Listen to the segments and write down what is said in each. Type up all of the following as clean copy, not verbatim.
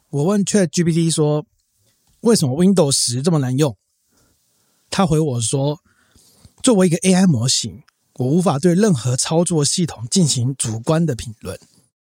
我问 ChatGPT 说，为什么 Windows 10这么难用？他回我说，作为一个 AI 模型，我无法对任何操作系统进行主观的评论。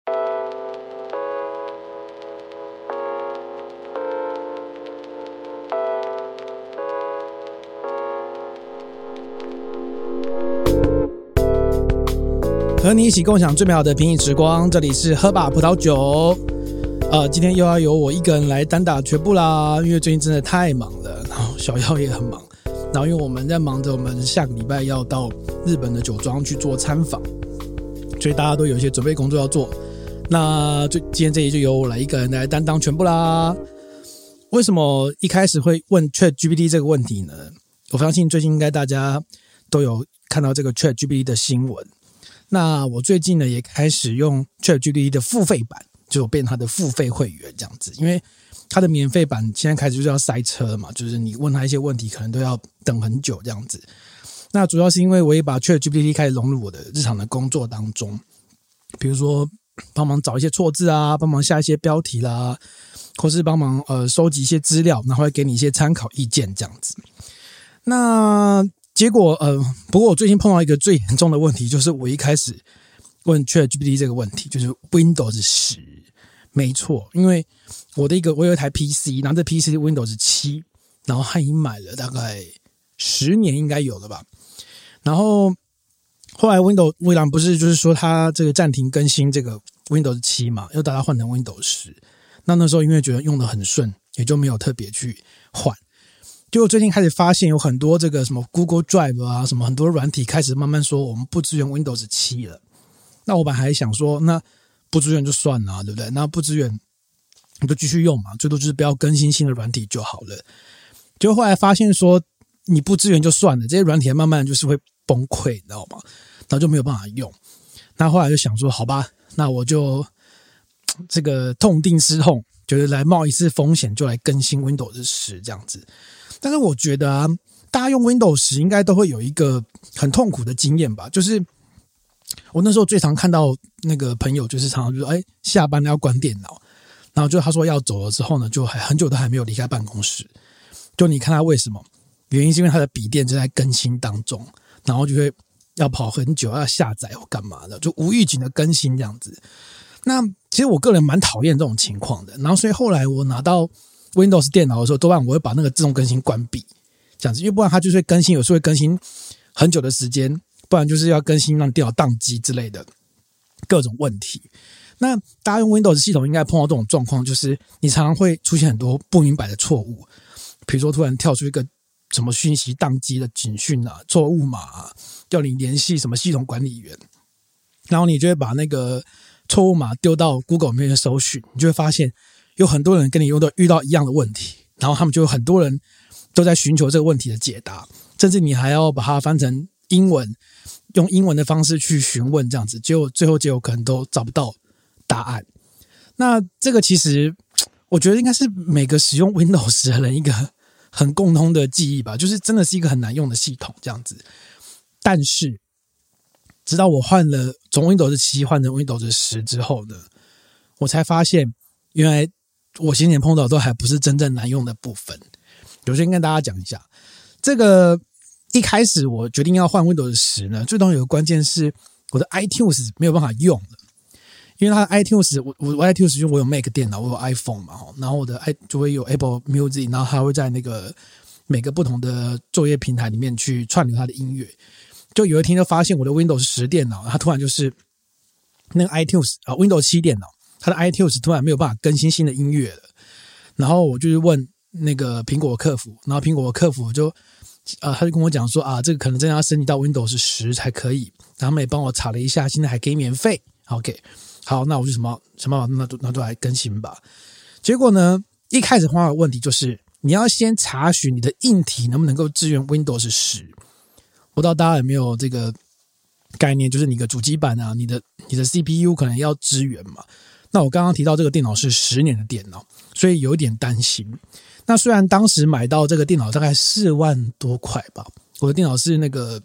和你一起共享最美好的品饮时光，这里是喝吧葡萄酒。今天又要由我一个人来单打全部啦，因为最近真的太忙了，然后小耀也很忙，然后因为我们在忙着我们下个礼拜要到日本的酒庄去做参访，所以大家都有一些准备工作要做。那今天这里就由我来一个人来担当全部啦。为什么一开始会问 ChatGPT 这个问题呢？我相信最近应该大家都有看到这个 ChatGPT 的新闻。那我最近呢也开始用 ChatGPT 的付费版，就变他的付费会员这样子，因为他的免费版现在开始就是要塞车嘛，就是你问他一些问题可能都要等很久这样子。那主要是因为我也把 ChatGPT 开始融入我的日常的工作当中，比如说帮忙找一些错字啊，帮忙下一些标题啦，或是帮忙收集一些资料，然后会给你一些参考意见这样子。那结果不过我最近碰到一个最严重的问题，就是我一开始问 ChatGPT 这个问题，就是 Windows 10，没错，因为我有一台 PC， 然后这 PC 是 Windows 7，然后他已经买了大概10年应该有了吧。然后后来微软不是就是说他这个暂停更新这个 Windows 7嘛，又把它换成 Windows 10。那时候因为觉得用得很顺，也就没有特别去换。结果最近开始发现有很多这个什么 Google Drive 啊，什么很多软体开始慢慢说我们不支援 Windows 7了。那我本来还想说，那不支援就算了，对不对？那不支援你就继续用嘛，最多就是不要更新新的软体就好了。结果后来发现说，你不支援就算了，这些软体慢慢就是会崩溃，你知道吗？然后就没有办法用。那后来就想说，好吧，那我就这个痛定思痛，就是来冒一次风险，就来更新 Windows 10这样子。但是我觉得啊，大家用 Windows 10应该都会有一个很痛苦的经验吧，就是我那时候最常看到那个朋友，就是常常就说，下班要关电脑，然后就他说要走了之后呢，就很久都还没有离开办公室。就你看他为什么？原因是因为他的笔电正在更新当中，然后就会要跑很久，要下载或干嘛的，就无预警的更新这样子。那其实我个人蛮讨厌这种情况的，然后所以后来我拿到 Windows 电脑的时候，多半我会把那个自动更新关闭，这样子，因为不然它就是会更新，有时候会更新很久的时间，不然就是要更新让电脑宕机之类的各种问题。那大家用 Windows 系统应该碰到这种状况，就是你常常会出现很多不明白的错误，比如说突然跳出一个什么讯息宕机的警讯啊、错误码啊，要你联系什么系统管理员，然后你就会把那个错误码丢到 Google 里面搜寻，你就会发现有很多人跟你遇到一样的问题，然后他们就有很多人都在寻求这个问题的解答，甚至你还要把它翻成英文，用英文的方式去询问这样子，最后可能都找不到答案。那这个其实我觉得应该是每个使用 Windows 的人一个很共通的记忆吧，就是真的是一个很难用的系统这样子。但是直到我从 Windows 7换成 Windows 10之后呢，我才发现原来我先前碰到都还不是真正难用的部分。我先跟大家讲一下，这个一开始我决定要换 Windows 10呢，最重要有个关键是我的 iTunes 没有办法用了。因为它的 iTunes， 我 iTunes 因为我有 Mac 电脑，我有 iPhone 嘛，然后我的就会有 Apple Music， 然后它会在那个每个不同的作业平台里面去串流它的音乐。就有一天就发现我的 Windows 10电脑，它突然就是那个 iTunes Windows 7电脑，它的 iTunes 突然没有办法更新新的音乐了。然后我就是问那个苹果客服，然后苹果客服他就跟我讲说这个可能真的要升级到 Windows 10才可以。然后他们也帮我查了一下，现在还给免费。OK， 好，那我就想办法，那就来更新吧。结果呢，一开始碰到的问题就是你要先查询你的硬体能不能够支援 Windows 10。不知道大家有没有这个概念，就是你的主机板啊，你的 CPU 可能要支援嘛。那我刚刚提到这个电脑是10年的电脑，所以有一点担心。那虽然当时买到这个电脑大概4万多块吧，我的电脑是那个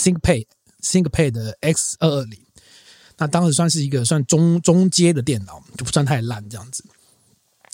ThinkPad 的 X220， 那当时算是一个算中阶的电脑，就不算太烂这样子。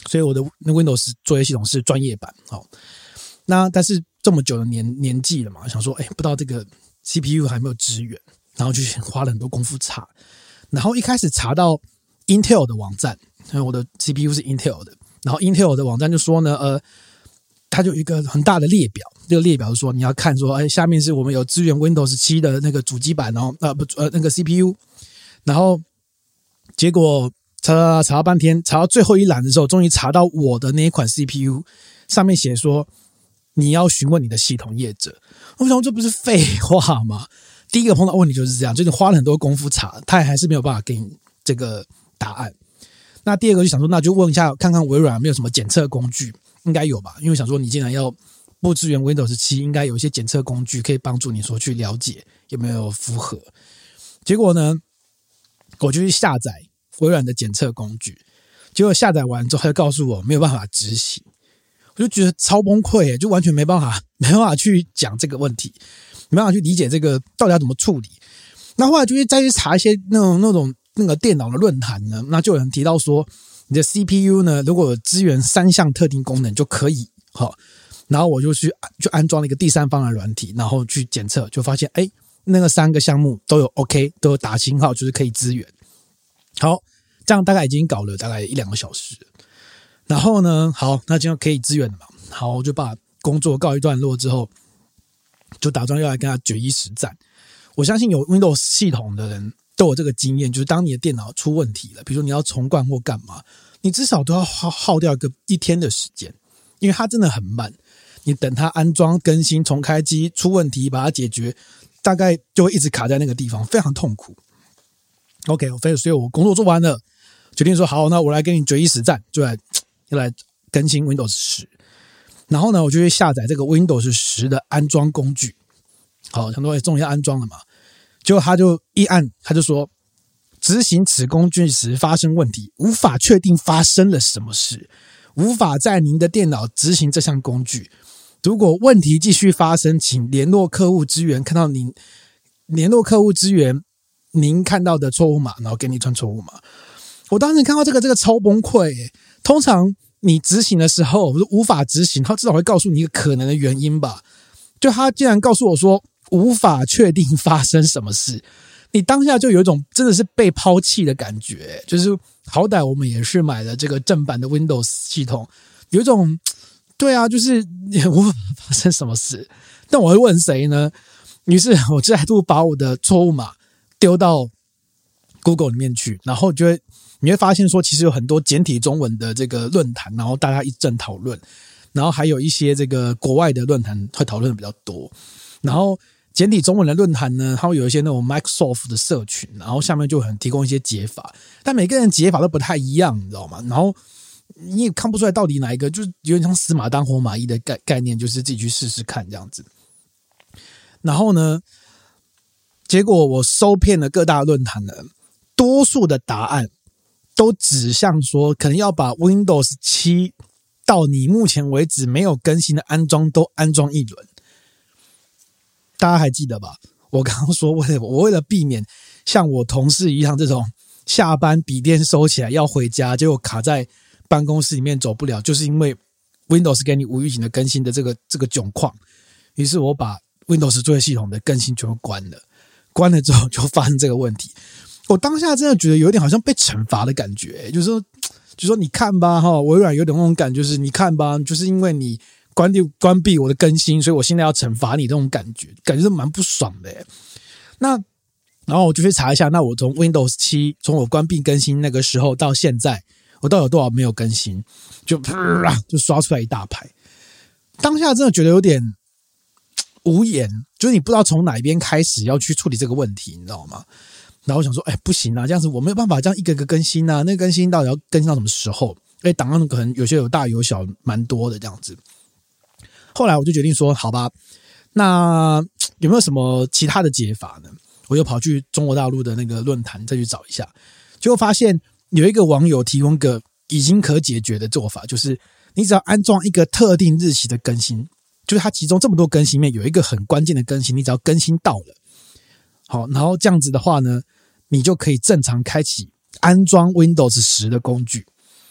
所以我的 Windows 作业系统是专业版。那但是这么久的年纪了嘛，想说不知道这个 CPU 还没有支援，然后就花了很多功夫查，然后一开始查到 Intel 的网站，因为我的 CPU 是 Intel 的，然后 Intel 的网站就说呢，它就有一个很大的列表，这个列表是说你要看说，下面是我们有支援 Windows 7的那个主机板那个 CPU， 然后结果查到半天，查到最后一栏的时候，终于查到我的那一款 CPU 上面写说你要询问你的系统业者。我想这不是废话吗？第一个碰到问题就是这样，就是你花了很多功夫查，他还是没有办法给你这个答案。那第二个就想说，那就问一下看看微软有没有什么检测工具，应该有吧？因为想说你既然要不支援 Windows 7，应该有一些检测工具可以帮助你说去了解有没有符合。结果呢，我就去下载微软的检测工具，结果下载完之后他就告诉我没有办法执行，我就觉得超崩溃，就完全没办法去讲这个问题，没办法去理解这个到底要怎么处理。那后来就再去查一些那个电脑的论坛呢，那就有人提到说，你的 CPU 呢如果有支援3项特定功能就可以，然后我就去安装了一个第三方的软体，然后去检测，就发现那个3个项目都有 OK， 都有打星号，就是可以支援。好，这样大概已经搞了大概1-2个小时。然后呢，好，那这样可以支援了嘛？好，我就把工作告一段落之后，就打算要来跟他决一死战。我相信有 Windows 系统的人都有这个经验，就是当你的电脑出问题了，比如说你要重灌或干嘛，你至少都要耗掉一天的时间，因为它真的很慢。你等它安装、更新、重开机出问题，把它解决，大概就会一直卡在那个地方，非常痛苦。OK， 所以我工作做完了，决定说好，那我来跟你决一死战，就要来更新 Windows 10。然后呢，我就会下载这个 Windows 10的安装工具。好，想说终于要安装了嘛，结果他就一按，他就说执行此工具时发生问题，无法确定发生了什么事，无法在您的电脑执行这项工具。如果问题继续发生，请联络客户支援，联络客户支援您看到的错误码，然后给你一串错误码。我当时看到这个超崩溃。通常你执行的时候无法执行，他至少会告诉你一个可能的原因吧。就他竟然告诉我说无法确定发生什么事，你当下就有一种真的是被抛弃的感觉。就是好歹我们也是买了这个正版的 Windows 系统，有一种对啊，就是无法发生什么事。但我会问谁呢？于是我再度把我的错误码丢到 Google 里面去，然后你会发现说，其实有很多简体中文的这个论坛，然后大家一阵讨论，然后还有一些这个国外的论坛会讨论的比较多。然后简体中文的论坛呢，它会有一些那种 Microsoft 的社群，然后下面就很提供一些解法，但每个人解法都不太一样，你知道吗？然后你也看不出来到底哪一个，就是有点像死马当活马医的概念，就是自己去试试看这样子。然后呢，结果我搜遍了各大论坛的多数的答案都指向说，可能要把 Windows 7到你目前为止没有更新的安装都安装一轮。大家还记得吧？我刚刚说我为了避免像我同事一样这种下班笔电收起来要回家，结果卡在办公室里面走不了，就是因为 Windows 给你无预警的更新的这个窘况。于是我把 Windows 作业系统的更新全部关了之后就发生这个问题。我当下真的觉得有点好像被惩罚的感觉，就是说你看吧，微软有点那种感觉，就是你看吧，就是因为你关闭我的更新，所以我现在要惩罚你，这种感觉是蛮不爽的。那然后我就去查一下，那我从 Windows 7从我关闭更新那个时候到现在，我到底有多少没有更新，就刷出来一大排。当下真的觉得有点无言，就是你不知道从哪一边开始要去处理这个问题，你知道吗？然后我想说，不行啊，这样子我没有办法这样一个个更新啊，那个更新到底要更新到什么时候？档案可能有些有大有小，蛮多的这样子。后来我就决定说，好吧，那有没有什么其他的解法呢？我又跑去中国大陆的那个论坛再去找一下，结果发现有一个网友提供个已经可解决的做法，就是你只要安装一个特定日期的更新，就是它其中这么多更新里面有一个很关键的更新，你只要更新到了，好，然后这样子的话呢，你就可以正常开启安装 Windows 10的工具。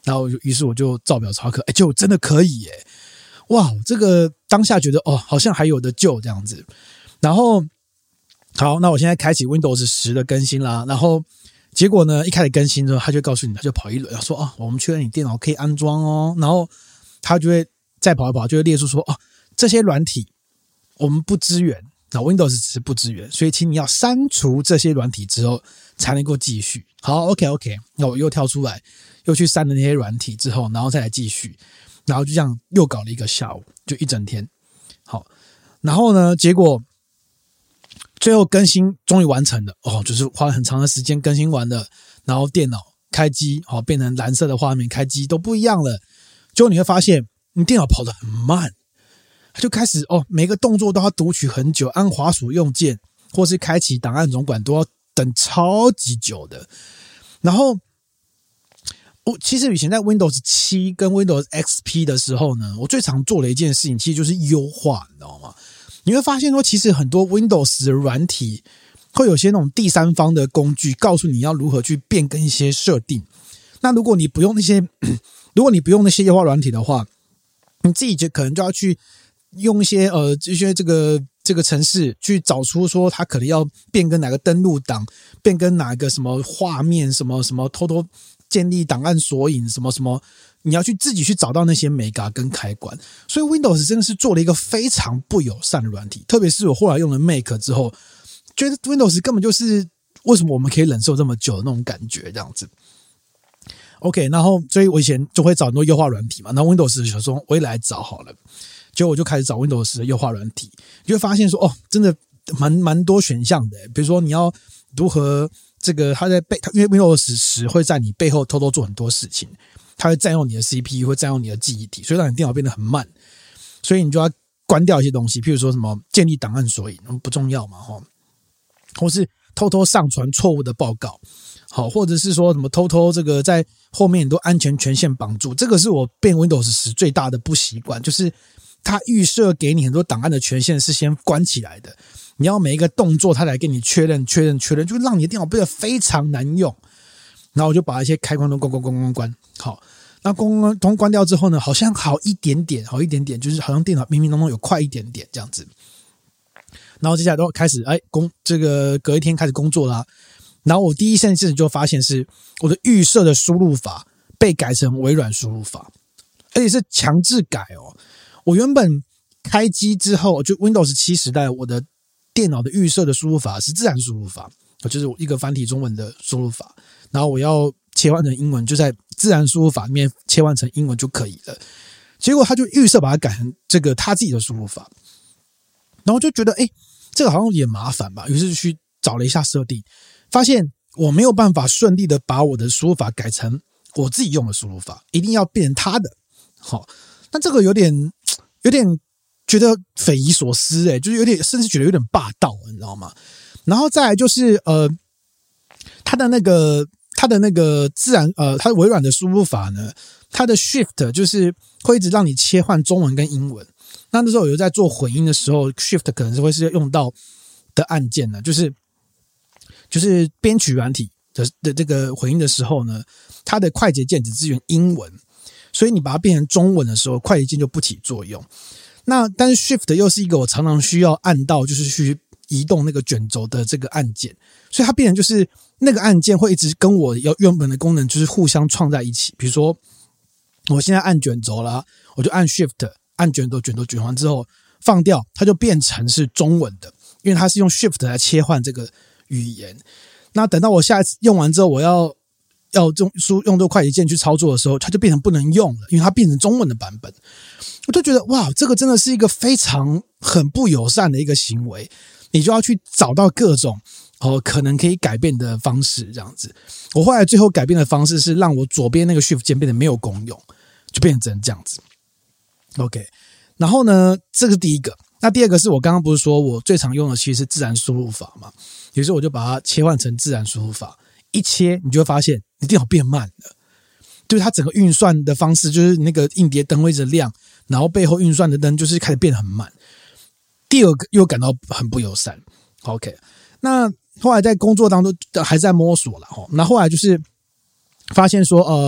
然后于是我就照表操课，结果真的可以耶！哇，这个当下觉得好像还有的救这样子。然后好，那我现在开启 Windows 10的更新啦，然后结果呢，一开始更新之后，他就告诉你，他就跑一轮，说我们确认你电脑可以安装哦，然后他就会再跑一跑，就会列出说这些软体我们不支援，那 Windows 只是不支援，所以请你要删除这些软体之后才能够继续。好 ，OK， 那我又跳出来，又去删了那些软体之后，然后再来继续，然后就这样又搞了一个下午，就一整天。好，然后呢，结果最后更新终于完成了就是花了很长的时间更新完了，然后电脑开机变成蓝色的画面，开机都不一样了。结果你会发现你电脑跑得很慢，它就开始每个动作都要读取很久，按滑鼠右键或是开启档案总管都要等超级久的。然后其实以前在 Windows 7跟 Windows XP 的时候呢，我最常做的一件事情其实就是优化，你知道吗？你会发现说，其实很多 Windows 的软体会有些那种第三方的工具，告诉你要如何去变更一些设定。那如果你不用那些优化软体的话，你自己就可能就要去用一些这个程式去找出说它可能要变更哪个登录档，变更哪个什么画面，什么什么偷偷建立档案索引，什么什么，你要去自己去找到那些 mega 跟开关。所以 Windows 真的是做了一个非常不友善的软体，特别是我后来用了 Mac 之后，觉得 Windows 根本就是为什么我们可以忍受这么久的那种感觉这样子。OK， 然后所以我以前就会找很多优化软体嘛，然后 Windows 想说我也来找好了，结果我就开始找 Windows 的优化软体，就会发现说真的蛮多选项的，比如说你要如何这个因为 Windows 10会在你背后偷偷做很多事情，它会占用你的 CPU， 会占用你的记忆体，所以让你电脑变得很慢，所以你就要关掉一些东西，譬如说什么建立档案索引不重要嘛或是偷偷上传错误的报告，好，或者是说什么偷偷这个在后面很多安全权限绑住，这个是我变 Windows 10最大的不习惯，就是它预设给你很多档案的权限是先关起来的，你要每一个动作它来给你确认，就让你的电脑变得非常难用。然后我就把一些开关都关，好，那关掉之后呢，好像好一点点，就是好像电脑冥冥当中有快一点点这样子。然后接下来都开始这个隔一天开始工作啦。然后我第一件事就发现是我的预设的输入法被改成微软输入法，而且是强制改我原本开机之后，就 Windows 7时代，我的电脑的预设的输入法是自然输入法，就是一个繁体中文的输入法，然后我要切换成英文，就在自然输入法里面切换成英文就可以了。结果他就预设把它改成这个他自己的输入法，然后就觉得这个好像也麻烦吧，于是去找了一下设定，发现我没有办法顺利的把我的输入法改成我自己用的输入法，一定要变成他的。好，那这个有点觉得匪夷所思就是甚至觉得有点霸道，你知道吗？然后再来就是它的那个自然它的微软的输入法呢，它的 Shift 就是会一直让你切换中文跟英文。那时候有在做混音的时候 ，Shift 可能是会是用到的按键呢，就是编曲软体的这个混音的时候呢，它的快捷键只支援英文，所以你把它变成中文的时候，快捷键就不起作用。但是 Shift 又是一个我常常需要按到，就是去移动那个卷轴的这个按键，所以它变成就是那个按键会一直跟我原本的功能就是互相创在一起。比如说我现在按卷轴啦，我就按 Shift 按卷轴卷完之后放掉，它就变成是中文的，因为它是用 Shift 来切换这个语言。那等到我下一次用完之后，我要用这个快捷键去操作的时候，它就变成不能用了，因为它变成中文的版本。我就觉得哇，这个真的是一个很不友善的一个行为，你就要去找到各种可能可以改变的方式这样子。我后来最后改变的方式是让我左边那个 Shift 键变得没有功用，就变成只能这样子。OK， 然后呢，这个是第一个。那第二个是我刚刚不是说我最常用的其实是自然输入法嘛，于是我就把它切换成自然输入法，一切你就会发现你电脑变慢了，就是它整个运算的方式，就是那个硬碟灯会一直亮，然后背后运算的灯就是开始变得很慢。第二个又感到很不友善。OK， 那后来在工作当中还在摸索了那后来就是发现说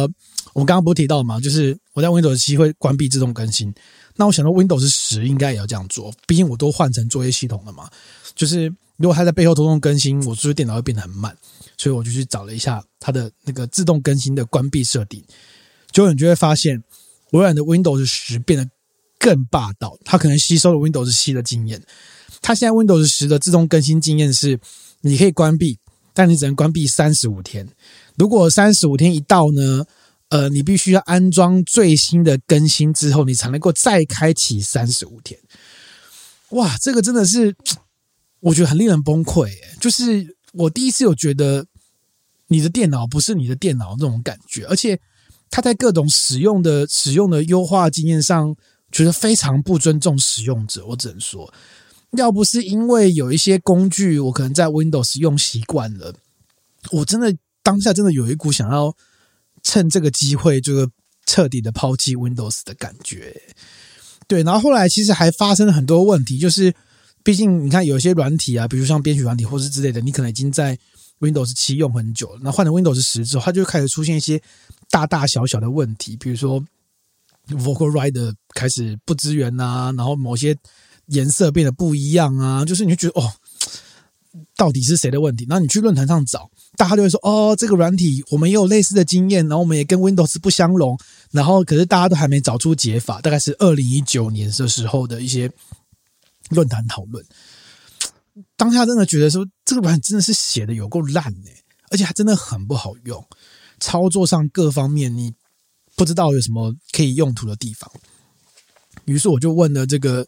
我们刚刚不是提到嘛，就是我在 Windows 7会关闭自动更新。那我想到 Windows 10应该也要这样做，毕竟我都换成作业系统了嘛。就是如果它在背后偷偷更新，我是不是电脑会变得很慢？所以我就去找了一下它的那个自动更新的关闭设定，结果你就会发现微软的 Windows 10变得更霸道，它可能吸收了 Windows 7的经验。它现在 Windows 10的自动更新经验是，你可以关闭，但你只能关闭35天。如果35天一到呢，你必须要安装最新的更新之后，你才能够再开启35天。哇，这个真的是我觉得很令人崩溃耶。就是我第一次有觉得你的电脑不是你的电脑那种感觉，而且它在各种使用的优化经验上，觉得非常不尊重使用者。我只能说，要不是因为有一些工具我可能在 Windows 用习惯了，我真的当下真的有一股想要趁这个机会这个彻底的抛弃 Windows 的感觉。对，然后后来其实还发生了很多问题，就是毕竟你看有一些软体啊，比如像编曲软体或是之类的，你可能已经在 Windows 7用很久了，那换成 Windows 10之后，它就开始出现一些大大小小的问题，比如说 Vocal Rider 开始不支援啊，然后某些颜色变得不一样啊，就是你会觉得哦，到底是谁的问题？然后你去论坛上找，大家就会说哦，这个软体我们也有类似的经验，然后我们也跟 Windows 不相容，然后可是大家都还没找出解法，大概是2019年的时候的一些论坛讨论。当下真的觉得说这个软体真的是写的有够烂而且它真的很不好用，操作上各方面你不知道有什么可以用途的地方。于是我就问了这个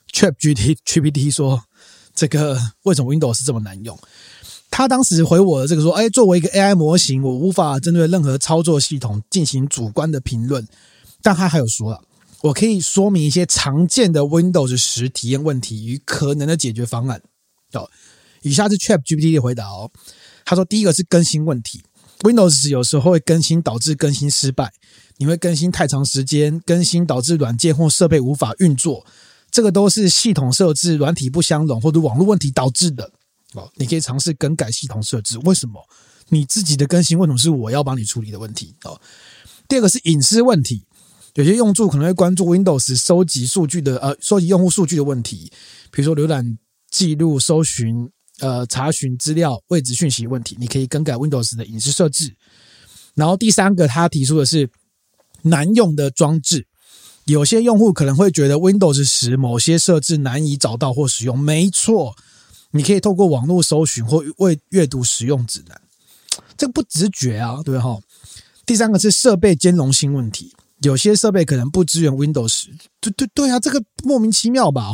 ChatGPT 说，这个为什么 Windows 这么难用？他当时回我的这个说，作为一个 AI 模型，我无法针对任何操作系统进行主观的评论。但他还有说了，我可以说明一些常见的 Windows 10体验问题与可能的解决方案。以下是 ChatGPT 的回答哦。他说，第一个是更新问题 ，Windows 有时候会更新导致更新失败，你会更新太长时间，更新导致软件或设备无法运作，这个都是系统设置、软体不相容或者网络问题导致的。你可以尝试更改系统设置。为什么你自己的更新为什么是我要帮你处理的问题？第二个是隐私问题，有些用户可能会关注 Windows 收集用户数据的问题，比如说浏览记录、搜寻、查询资料、位置讯息问题，你可以更改 Windows 的隐私设置。然后第三个他提出的是难用的装置，有些用户可能会觉得 Windows 10某些设置难以找到或使用，没错，你可以透过网络搜寻或阅读使用指南，这个不直觉啊，对吧？第三个是设备兼容性问题，有些设备可能不支援 Windows 10，对啊，这个莫名其妙吧？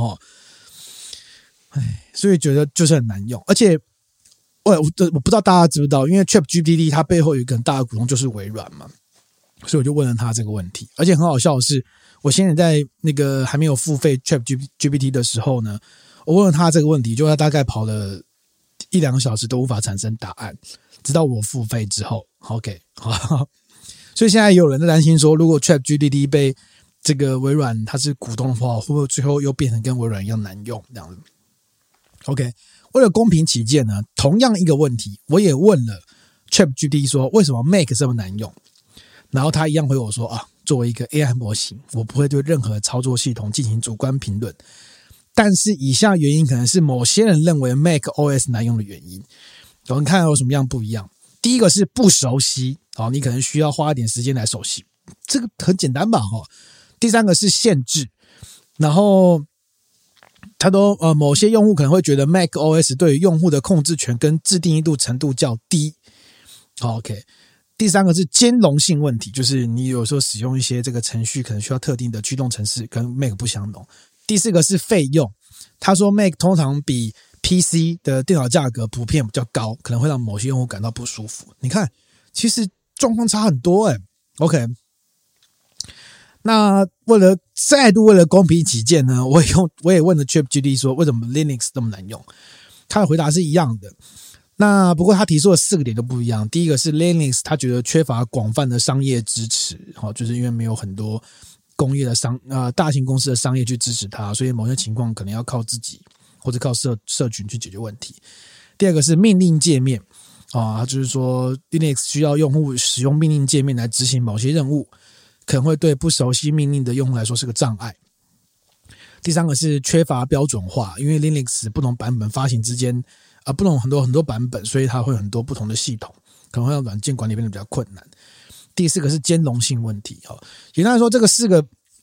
所以觉得就是很难用，而且我不知道大家知不知道，因为 ChatGPT 它背后有一个很大的股东就是微软嘛，所以我就问了他这个问题。而且很好笑的是，我现在在那个还没有付费 ChatGPT 的时候呢，我问了他这个问题，就他大概跑了1-2个小时都无法产生答案，直到我付费之后 OK 所以现在也有人在担心说，如果 ChatGPT 被这个微软它是股东的话，会不会最后又变成跟微软一样难用这样子？ OK， 为了公平起见呢，同样一个问题我也问了 ChatGPT 说为什么 Make 这么难用，然后他一样回我说作为一个 AI 模型，我不会对任何操作系统进行主观评论，但是以下原因可能是某些人认为 Mac OS 难用的原因。我们看有什么样不一样。第一个是不熟悉，你可能需要花一点时间来熟悉，这个很简单吧。第三个是限制，然后他说某些用户可能会觉得 Mac OS 对于用户的控制权跟自定义度程度较低。OK， 第三个是兼容性问题，就是你有时候使用一些这个程序可能需要特定的驱动程式，跟 Mac 不相容。第四个是费用，他说 Mac 通常比 PC 的电脑价格普遍比较高，可能会让某些用户感到不舒服。你看，其实状况差很多OK， 那为了公平起见呢，我也问了 ChatGPT 说为什么 Linux 这么难用，他的回答是一样的。那不过他提出的4个点都不一样。第一个是 Linux 他觉得缺乏广泛的商业支持，就是因为没有很多工业的大型公司的商业去支持它，所以某些情况可能要靠自己或者靠社群去解决问题。第二个是命令界面， 啊，就是说 Linux 需要用户使用命令界面来执行某些任务，可能会对不熟悉命令的用户来说是个障碍。第三个是缺乏标准化，因为 Linux 不同版本发行之间不同很多版本，所以它会有很多不同的系统，可能会让软件管理变得比较困难。第四个是兼容性问题。简单来说，这个4个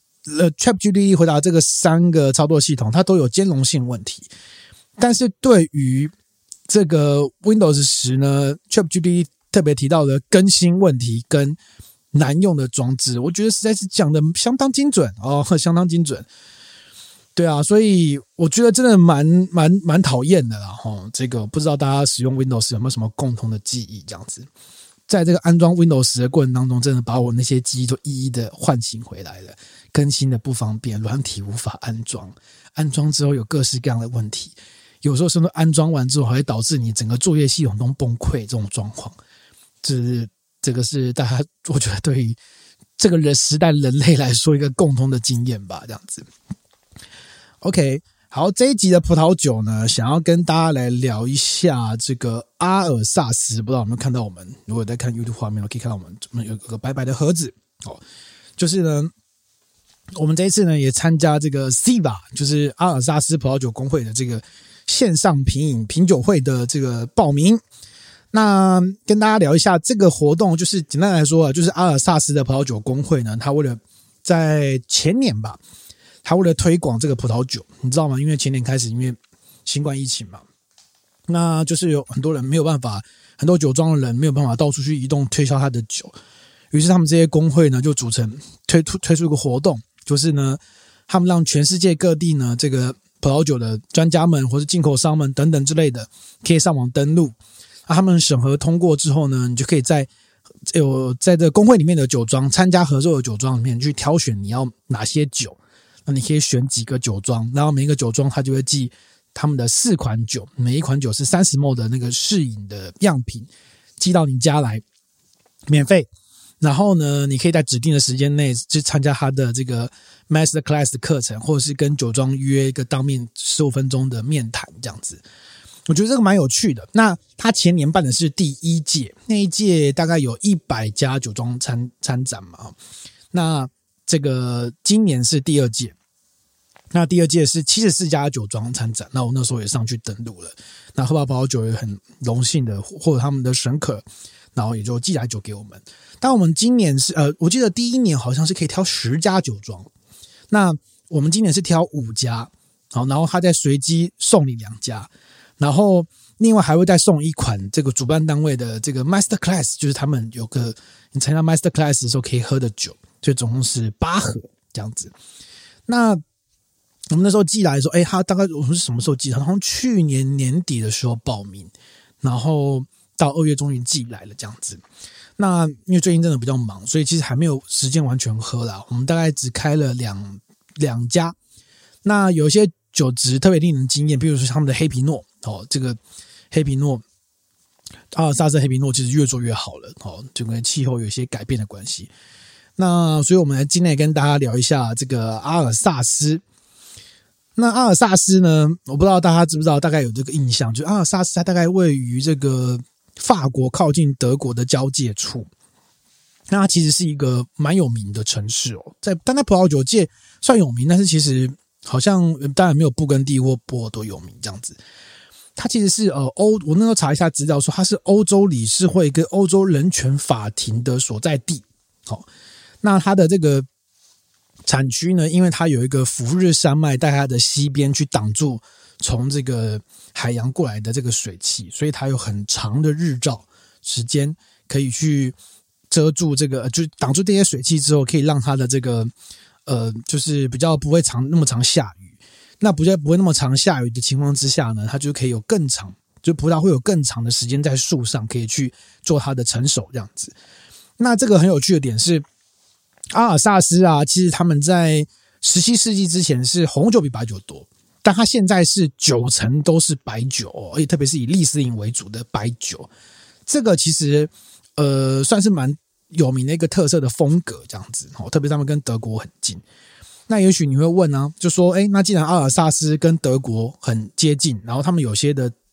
ChatGPT 回答这个3个操作系统，它都有兼容性问题。但是对于这个 Windows 10呢 ，ChatGPT 特别提到的更新问题跟难用的装置，我觉得实在是讲的相当精准相当精准。对啊，所以我觉得真的蛮讨厌的啦。这个不知道大家使用 Windows 有没有什么共同的记忆这样子。在这个安装 Windows 10的过程当中，真的把我那些记忆都一一的唤醒回来了。更新的不方便，软体无法安装，安装之后有各式各样的问题，有时候甚至安装完之后还会导致你整个作业系统都崩溃这种状况。这个是大家我觉得对于这个时代人类来说一个共同的经验吧，这样子。OK， 好，这一集的葡萄酒呢，想要跟大家来聊一下这个阿尔萨斯。不知道有没有看到我们？如果在看 YouTube 画面，可以看到我们有个白白的盒子就是呢，我们这一次呢也参加这个 SIVA， 就是阿尔萨斯葡萄酒公会的这个线上品酒会的这个报名。那跟大家聊一下这个活动，就是简单来说就是阿尔萨斯的葡萄酒公会呢，他为了在前年吧。他为了推广这个葡萄酒，你知道吗？因为前年开始，因为新冠疫情嘛，那就是有很多人没有办法，很多酒庄的人没有办法到处去移动推销他的酒，于是他们这些工会呢就组成推出一个活动，就是呢，他们让全世界各地呢这个葡萄酒的专家们或是进口商们等等之类的，可以上网登录，他们审核通过之后呢，你就可以在这个工会里面的酒庄参加合作的酒庄里面去挑选你要哪些酒。那你可以选几个酒庄，然后每一个酒庄它就会寄他们的4款酒，每一款酒是30ml 的那个试饮的样品，寄到你家来，免费。然后呢，你可以在指定的时间内去参加他的这个 Master Class 的课程，或者是跟酒庄约一个当面15分钟的面谈这样子。我觉得这个蛮有趣的。那他前年办的是第1届，那一届大概有100家酒庄参展嘛。那这个今年是第2届，那第2届是74家酒庄参展，那我那时候也上去登录了。那喝吧葡萄酒也很荣幸的获得他们的审可，然后也就寄来酒给我们。但我们今年是我记得第1年好像是可以挑10家酒庄，那我们今年是挑5家，好，然后他再随机送你2家，然后另外还会再送一款这个主办单位的这个 Master Class， 就是他们有个你参加 Master Class 的时候可以喝的酒。所以总共是8盒这样子。那我们那时候寄来的时候，他大概我们是什么时候寄？好像去年年底的时候报名，然后到2月终于寄来了这样子。那因为最近真的比较忙，所以其实还没有时间完全喝啦。我们大概只开了两家。那有一些酒质特别令人惊艳，比如说他们的黑皮诺这个黑皮诺。阿尔萨斯黑皮诺其实越做越好了就跟气候有一些改变的关系。那所以我们来今天跟大家聊一下这个阿尔萨斯。那阿尔萨斯呢，我不知道大家知不知道，大概有这个印象，就阿尔萨斯它大概位于这个法国靠近德国的交界处。那它其实是一个蛮有名的城市但在葡萄酒界算有名，但是其实好像当然没有布根地或波尔多有名这样子。它其实是我那时候查一下资料说，它是欧洲理事会跟欧洲人权法庭的所在地。那它的这个产区呢，因为它有一个福日山脉在它的西边去挡住从这个海洋过来的这个水汽，所以它有很长的日照时间可以去遮住这个，就挡住这些水汽之后，可以让它的这个就是比较不会那么常下雨。那不会那么常下雨的情况之下呢，它就可以有更长，就葡萄会有更长的时间在树上可以去做它的成熟这样子。那这个很有趣的点是，阿尔萨斯其实他们在17世纪之前是红酒比白酒多，但它现在是90%都是白酒而且特别是以利斯林为主的白酒。这个其实算是蛮有名的一个特色的风格这样子特别他们跟德国很近。那也许你会问就说那既然阿尔萨斯跟德国很接近，然后他们有些的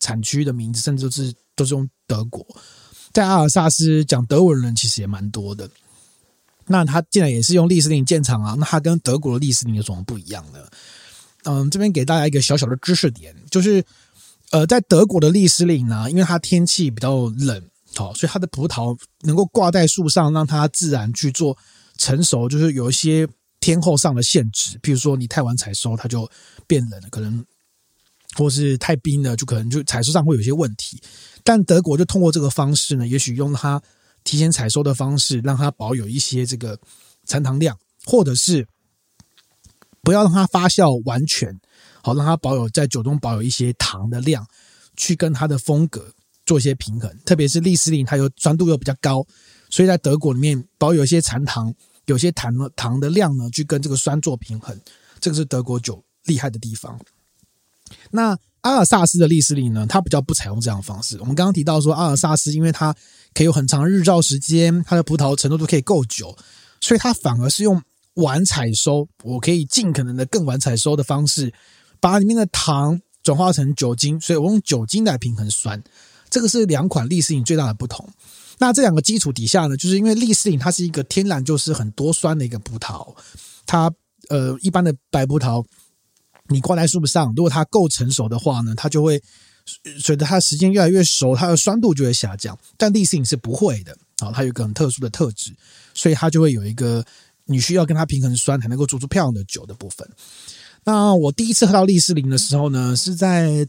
产区的名字，甚至都是用德国。在阿尔萨斯讲德文人其实也蛮多的。那他既然也是用利斯林建厂啊，那他跟德国的利斯林有什么不一样呢？这边给大家一个小小的知识点，就是在德国的利斯林呢，因为它天气比较冷，所以它的葡萄能够挂在树上，让它自然去做成熟，就是有一些天候上的限制，比如说你太晚采收，它就变冷了，可能或是太冰了，就可能就采收上会有一些问题。但德国就通过这个方式呢，也许用它提前采收的方式，让它保有一些这个残糖量，或者是不要让它发酵完全，好让它在酒中保有一些糖的量，去跟它的风格做一些平衡。特别是利斯林，它有酸度又比较高，所以在德国里面保有一些残糖，有些糖的量呢，去跟这个酸做平衡。这个是德国酒厉害的地方。那阿尔萨斯的利斯林呢，它比较不采用这样的方式。我们刚刚提到说，阿尔萨斯因为它可以有很长的日照时间，它的葡萄成熟度可以够久，所以它反而是用晚采收，我可以尽可能的更晚采收的方式，把里面的糖转化成酒精，所以我用酒精来平衡酸。这个是两款利斯林最大的不同。那这两个基础底下呢，就是因为利斯林它是一个天然就是很多酸的一个葡萄，它一般的白葡萄你挂在树上，如果它够成熟的话呢，它就会随着它的时间越来越熟，它的酸度就会下降。但利斯林是不会的，它有一个很特殊的特质，所以它就会有一个你需要跟它平衡酸才能够做出漂亮的酒的部分。那我第一次喝到利斯林的时候呢，是在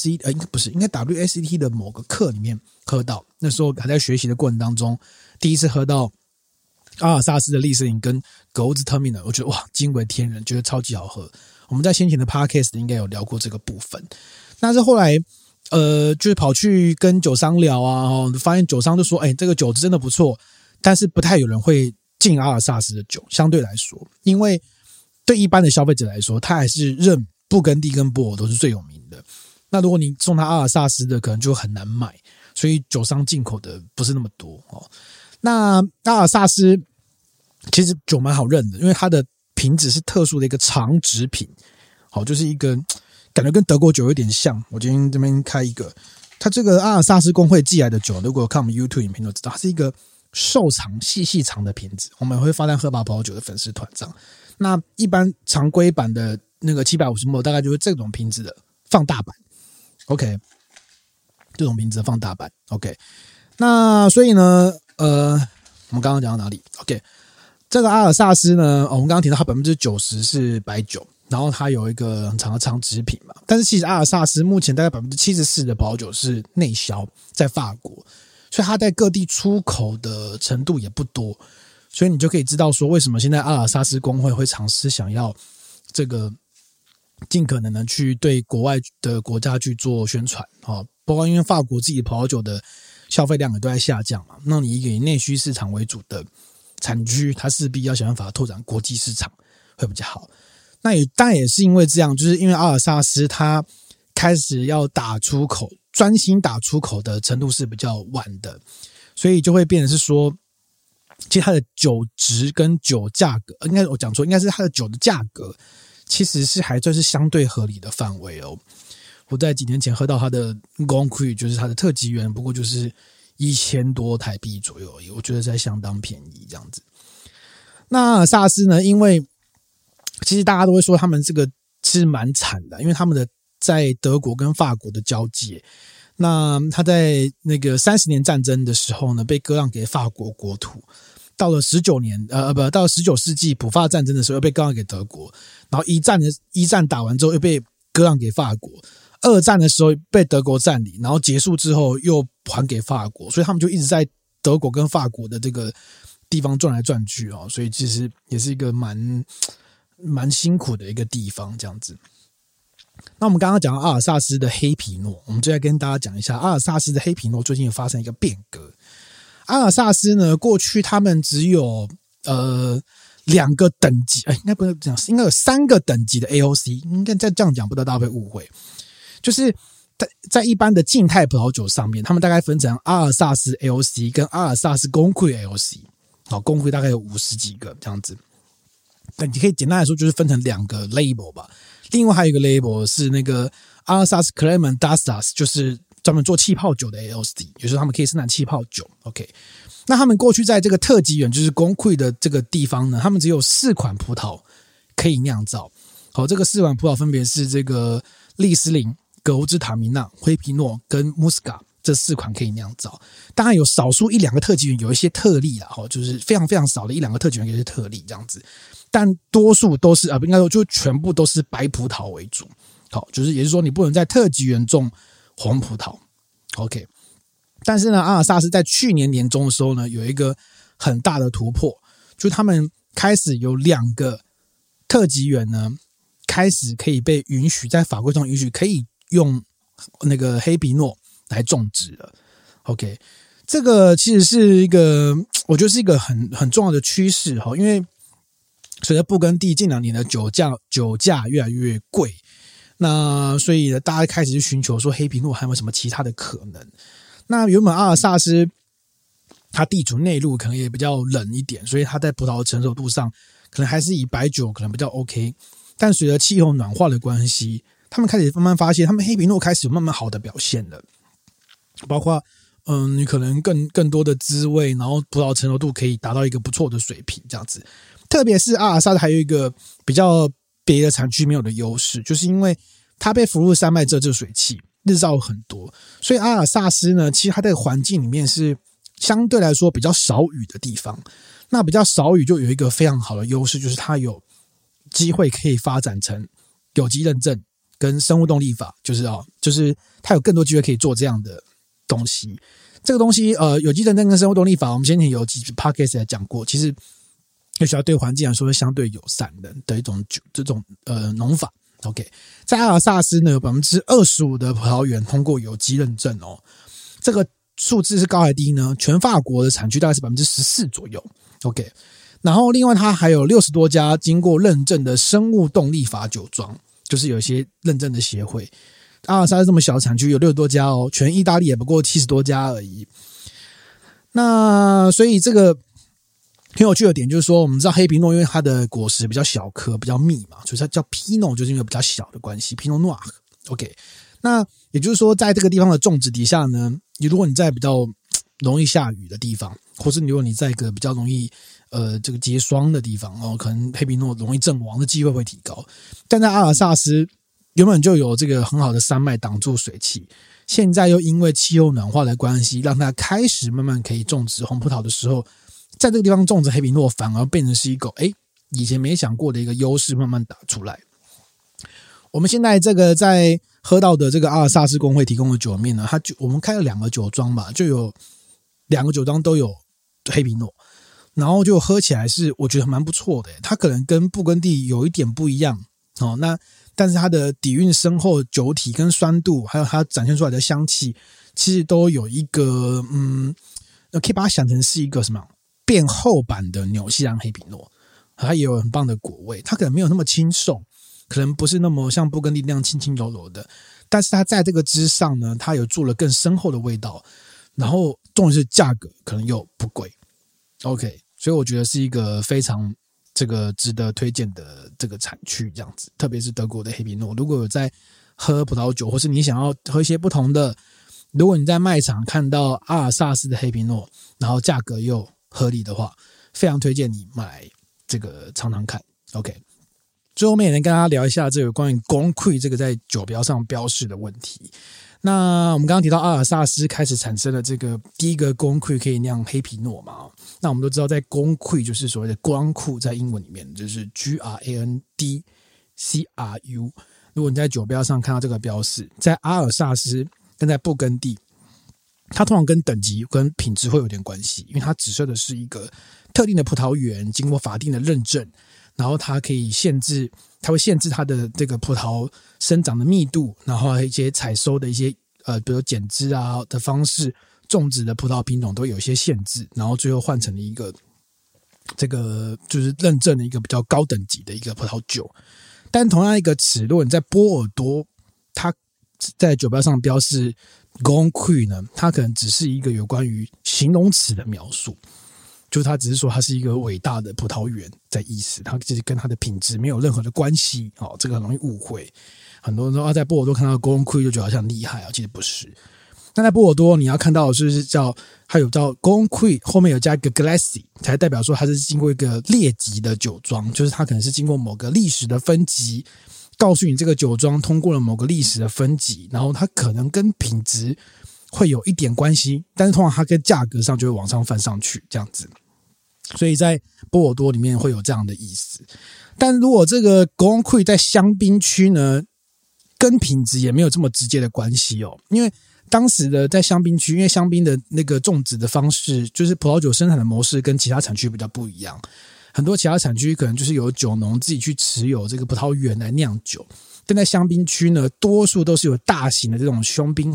WSET 的某个课里面喝到，那时候还在学习的过程当中，第一次喝到阿尔萨斯的利斯林跟格兹特米呢，我觉得哇，惊为天人，觉得超级好喝。我们在先前的 podcast 应该有聊过这个部分。那是后来就是跑去跟酒商聊啊，发现酒商就说，这个酒真的不错，但是不太有人会进阿尔萨斯的酒，相对来说，因为对一般的消费者来说，他还是认布根地跟波尔都是最有名的。那如果你送他阿尔萨斯的，可能就很难买，所以酒商进口的不是那么多。那阿尔萨斯其实酒蛮好认的，因为它的瓶子是特殊的一个长直瓶，就是一个感觉跟德国酒有点像。我今天这边开一个，它这个阿尔萨斯公会寄来的酒，如果看我们 YouTube 影片都知道，它是一个瘦长细长的瓶子，我们会发在喝吧葡萄酒的粉丝团上。那一般常规版的那个 750ml 大概就是这种瓶子的放大版 ，OK， 这种瓶子的放大版 ，OK。那所以呢，我们刚刚讲到哪里 ？OK， 这个阿尔萨斯呢，我们刚刚提到它90%是白酒，然后它有一个很长的长直瓶嘛。但是其实阿尔萨斯目前大概74%的葡萄酒是内销，在法国，所以它在各地出口的程度也不多。所以你就可以知道说，为什么现在阿尔萨斯公会会尝试想要这个尽可能的去对国外的国家去做宣传，包括因为法国自己葡萄酒的消费量也都在下降嘛，那你以内需市场为主的产区，它势必要想办法拓展国际市场会比较好。那当然也是因为这样，就是因为阿尔萨斯它开始要打出口，专心打出口的程度是比较晚的，所以就会变成是说，其实它的酒质跟酒价格，应该是它的酒的价格，其实是还算是相对合理的范围哦。我在几年前喝到它的 Grand Cru， 就是它的特级园，不过就是1000多台币左右而已，我觉得在相当便宜这样子。那阿尔萨斯呢，因为其实大家都会说他们这个其实蛮惨的，因为他们的在德国跟法国的交界。那他在那个30年战争的时候呢，被割让给法国国土。到了到了19世纪普法战争的时候，又被割让给德国。然后一战打完之后，又被割让给法国。2战的时候被德国占领，然后结束之后又还给法国，所以他们就一直在德国跟法国的这个地方转来转去哦。所以其实也是一个蛮辛苦的一个地方，这样子。那我们刚刚讲到阿尔萨斯的黑皮诺，我们就来跟大家讲一下阿尔萨斯的黑皮诺最近有发生一个变革。阿尔萨斯呢，过去他们只有2个等级，应该不是这样，应该有3个等级的 AOC， 应该再这样讲，不知道大家会误会。就是在一般的静态葡萄酒上面，他们大概分成阿尔萨斯 AOC 跟阿尔萨斯公会 AOC， 公会大概有50几个这样子。那你可以简单来说，就是分成2个 label 吧。另外还有一个 label 是那个阿尔萨斯 Clément d'Alsace， 就是专门做气泡酒的 AOC， 也就是他们可以生产气泡酒。OK， 那他们过去在这个特级园，就是公溃的这个地方呢，他们只有4款葡萄可以酿造。好，这个4款葡萄分别是这个利斯林、格乌兹塔米纳、灰皮诺跟穆斯卡。这4款可以酿造，当然有少数1-2个特级园有一些特例啦，就是非常非常少的1-2个特级园有一些特例这样子，但多数都是应该说就全部都是白葡萄为主。好，就是也就是说你不能在特级园种红葡萄。OK， 但是呢，阿尔萨斯在去年年中的时候呢，有一个很大的突破，就是他们开始有2个特级园呢，开始可以被允许在法规上允许可以用那个黑皮诺来种植了。 OK， 这个其实是一个我觉得是一个很重要的趋势，因为随着布根地近2年的酒价越来越贵，那所以呢大家开始去寻求说黑皮诺还有没有什么其他的可能。那原本阿尔萨斯它地处内陆，可能也比较冷一点，所以它在葡萄的成熟度上可能还是以白酒可能比较 OK， 但随着气候暖化的关系，他们开始慢慢发现他们黑皮诺开始有慢慢好的表现了，包括你可能更多的滋味，然后葡萄成熟度可以达到一个不错的水平这样子。特别是阿尔萨斯还有一个比较别的产区没有的优势，就是因为它被福禄山脉遮住水汽，日照很多，所以阿尔萨斯呢，其实它的环境里面是相对来说比较少雨的地方。那比较少雨就有一个非常好的优势，就是它有机会可以发展成有机认证跟生物动力法，就是它有更多机会可以做这样的东西。这个东西有机认证跟生物动力法，我们先前有几 podcast 来讲过，其实也许要对环境来说是相对友善的一种这种农法。OK， 在阿尔萨斯呢，有 25% 的葡萄园通过有机认证哦，这个数字是高还低呢？全法国的产区大概是 14% 左右。OK， 然后另外它还有60多家经过认证的生物动力法酒庄，就是有一些认证的协会。阿尔萨斯这么小的产区有60多家哦，全意大利也不过70多家而已。那所以这个很有趣的点就是说，我们知道黑皮诺因为它的果实比较小颗比较密嘛，所以它叫 Pinot 就是因为比较小的关系 Pinot Noir。 OK， 那也就是说在这个地方的种植底下呢，如果你在比较容易下雨的地方，或是如果你在一个比较容易这个结霜的地方可能黑皮诺容易阵亡的机会会提高。但在阿尔萨斯原本就有这个很好的山脉挡住水汽，现在又因为气候暖化的关系，让它开始慢慢可以种植红葡萄的时候，在这个地方种植黑皮诺反而变成是一个以前没想过的一个优势慢慢打出来。我们现在这个在喝到的这个阿尔萨斯公会提供的酒里面呢，我们开了2个酒庄吧，就有2个酒庄都有黑皮诺，然后就喝起来是我觉得蛮不错的。它可能跟布根地有一点不一样那但是它的底蕴深厚，酒体跟酸度，还有它展现出来的香气，其实都有一个可以把它想成是一个什么变厚版的纽西兰黑皮诺，它也有很棒的果味，它可能没有那么轻瘦，可能不是那么像布根地那样轻轻柔柔的，但是它在这个之上呢，它有做了更深厚的味道，然后重点是价格可能又不贵。 OK， 所以我觉得是一个非常这个值得推荐的这个产区这样子，特别是德国的黑皮诺。如果有在喝葡萄酒，或是你想要喝一些不同的，如果你在卖场看到阿尔萨斯的黑皮诺，然后价格又合理的话，非常推荐你买这个尝尝看。 OK， 最后面也能跟大家聊一下这个关于公溃这个在酒标上标示的问题。那我们刚刚提到阿尔萨斯开始产生了这个第一个公溃可以酿黑皮诺嘛，那我们都知道在公溃就是所谓的光库，在英文里面就是 GRANDCRU。 如果你在酒标上看到这个标示，在阿尔萨斯跟在布根地，它通常跟等级跟品质会有点关系，因为它指涉的是一个特定的葡萄园经过法定的认证，然后它可以它会限制它的这个葡萄生长的密度，然后一些采收的一些比如剪枝的方式，种植的葡萄品种都有一些限制，然后最后换成了一个这个就是认证的一个比较高等级的一个葡萄酒。但同样一个尺度，你在波尔多，它在酒标上标示 Grand Cru 呢，它可能只是一个有关于形容词的描述，就是它只是说它是一个伟大的葡萄园在意思，它其实跟它的品质没有任何的关系这个很容易误会。很多人说在波尔多看到 Grand Cru 就觉得好像厉害其实不是。 那在波尔多你要看到的是它有叫 Grand Cru 后面有加一个 Glassy， 才代表说它是经过一个列级的酒庄，就是它可能是经过某个历史的分级，告诉你这个酒庄通过了某个历史的分级，然后它可能跟品质会有一点关系，但是通常它跟价格上就会往上翻上去这样子，所以在波尔多里面会有这样的意思。但如果这个 Grand Cru 在香槟区呢，跟品质也没有这么直接的关系哦，因为当时的在香槟区，因为香槟的那个种植的方式，就是葡萄酒生产的模式跟其他产区比较不一样，很多其他产区可能就是有酒农自己去持有这个葡萄园来酿酒，但在香槟区呢，多数都是有大型的这种champagne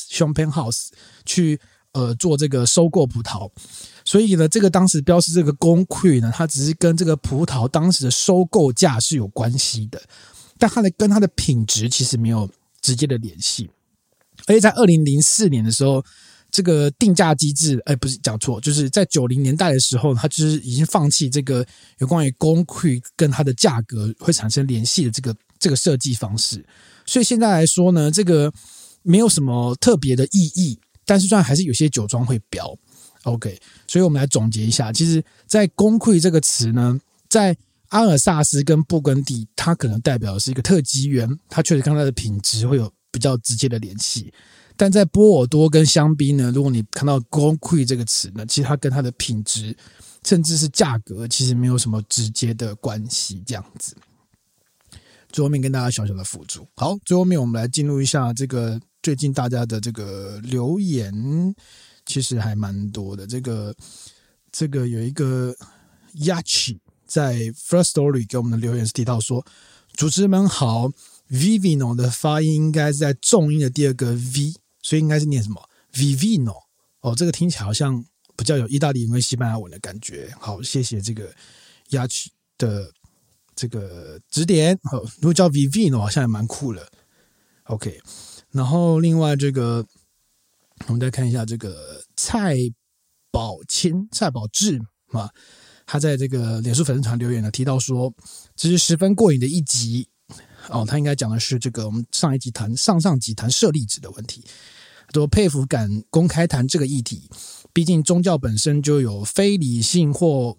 house 去做这个收购葡萄，所以呢，这个当时标示这个Grand Cru呢，它只是跟这个葡萄当时的收购价是有关系的，但跟它的品质其实没有直接的联系。而且在2004年的时候，这个定价机制，不是讲错，就是在90年代的时候，它就是已经放弃这个有关于Grand Cru跟它的价格会产生联系的这个设计方式。所以现在来说呢，这个没有什么特别的意义，但是虽然还是有些酒庄会标 OK， 所以我们来总结一下，其实在Grand Cru这个词呢，在阿尔萨斯跟布根地，它可能代表的是一个特级园，它确实跟它的品质会有比较直接的联系。但在波尔多跟香槟呢，如果你看到 Grand Cru 这个词呢，其实它跟它的品质甚至是价格其实没有什么直接的关系这样子。最后面跟大家小小的辅助。好，最后面我们来进入一下这个最近大家的这个留言，其实还蛮多的。这个有一个 Yachi 在 First Story 给我们的留言是提到说，主持人们好， Vivino 的发音应该是在重音的第二个 V， 所以应该是念什么 Vivino 这个听起来好像比较有意大利文跟西班牙文的感觉。好，谢谢这个 Yachi 的这个指点。如果叫 Vivino 好像也蛮酷的。 OK， 然后另外这个我们再看一下这个蔡宝志他在这个脸书粉丝团留言呢，提到说这是十分过瘾的一集他应该讲的是这个我们上上集谈舍利子的问题，说佩服敢公开谈这个议题，毕竟宗教本身就有非理性或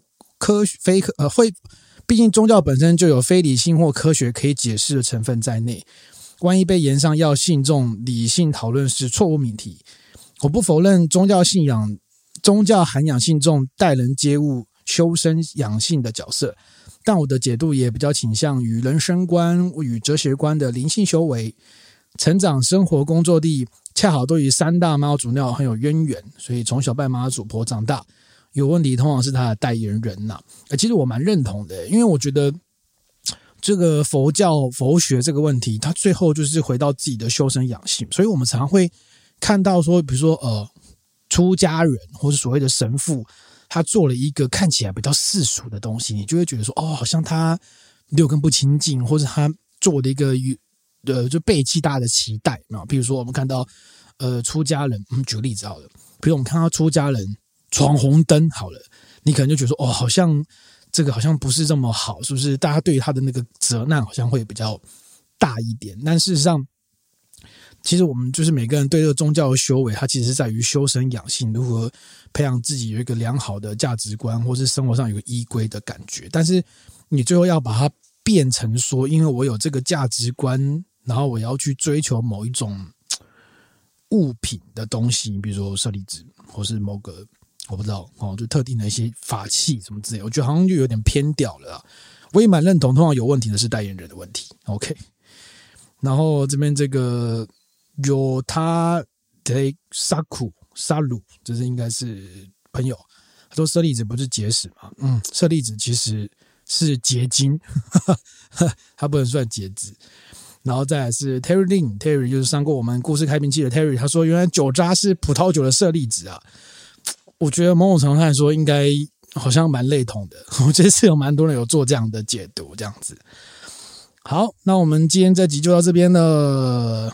毕竟宗教本身就有非理性或科学可以解释的成分在内，万一被延上要信众理性讨论是错误命题。我不否认宗教涵养信众待人接物修身养性的角色，但我的解读也比较倾向于人生观与哲学观的灵性修为。成长生活工作地恰好都与三大妈祖庙很有渊源，所以从小拜妈祖婆长大，有问题通常是他的代言人其实我蛮认同的，因为我觉得这个佛学这个问题，它最后就是回到自己的修身养性，所以我们常会看到说，比如说出家人或是所谓的神父，他做了一个看起来比较世俗的东西，你就会觉得说好像他六根不清净，或者他做了一个就背弃大家的期待。比如说我们看到出家人，举个例子好了，比如我们看到出家人闯红灯好了，你可能就觉得说好像这个好像不是这么好，是不是大家对于他的那个责难好像会比较大一点。但事实上其实我们就是每个人对这个宗教的修为，它其实是在于修身养性，如何培养自己有一个良好的价值观，或是生活上有个依归的感觉。但是你最后要把它变成说，因为我有这个价值观，然后我要去追求某一种物品的东西，比如说舍利子，或是某个我不知道就特定的一些法器什么之类，我觉得好像就有点偏掉了我也蛮认同，通常有问题的是代言人的问题。 OK， 然后这边这个有他的沙鲁，这是应该是朋友，他说舍利子不是结石吗？舍利子其实是结晶它不能算结子。然后再来是 Terry Lin， Terry 就是上过我们故事开瓶器的 Terry， 他说原来酒渣是葡萄酒的舍利子我觉得某种程度上来说应该好像蛮类同的，我这次有蛮多人有做这样的解读这样子。好，那我们今天这集就到这边了。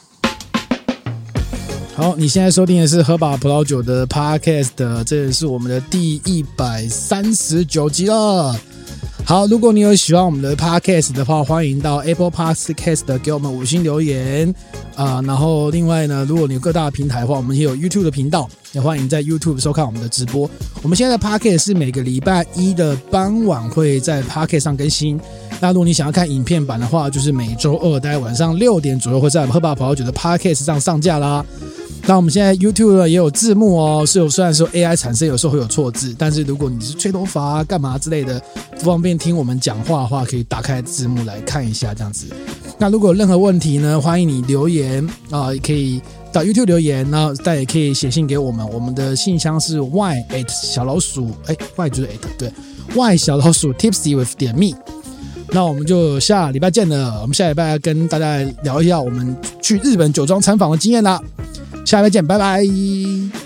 好，你现在收听的是喝吧葡萄酒的 Podcast， 这是我们的第139集了。 好，如果你有喜欢我们的 Podcast 的话，欢迎到 Apple Podcast 给我们5星留言然后另外呢，如果你有各大平台的话，我们也有 YouTube 的频道，也欢迎在 YouTube 收看我们的直播。我们现在的 Podcast 是每个礼拜一的傍晚会在 Podcast 上更新。那如果你想要看影片版的话，就是每周二大概晚上6点左右会在喝吧葡萄酒的 Podcast 上上架啦。那我们现在 YouTube 也有字幕哦，虽然说 AI 产生有时候会有错字，但是如果你是吹头发干嘛之类的，不方便听我们讲话的话，可以打开字幕来看一下这样子。那如果有任何问题呢，欢迎你留言也可以到 YouTube 留言，那但也可以写信给我们，我们的信箱是 y@ 小老鼠y 就是 at 对 y 小老鼠 tipsywith.me。那我们就下礼拜见了，我们下礼拜跟大家聊一下我们去日本酒庄参访的经验啦。下礼拜见，拜拜。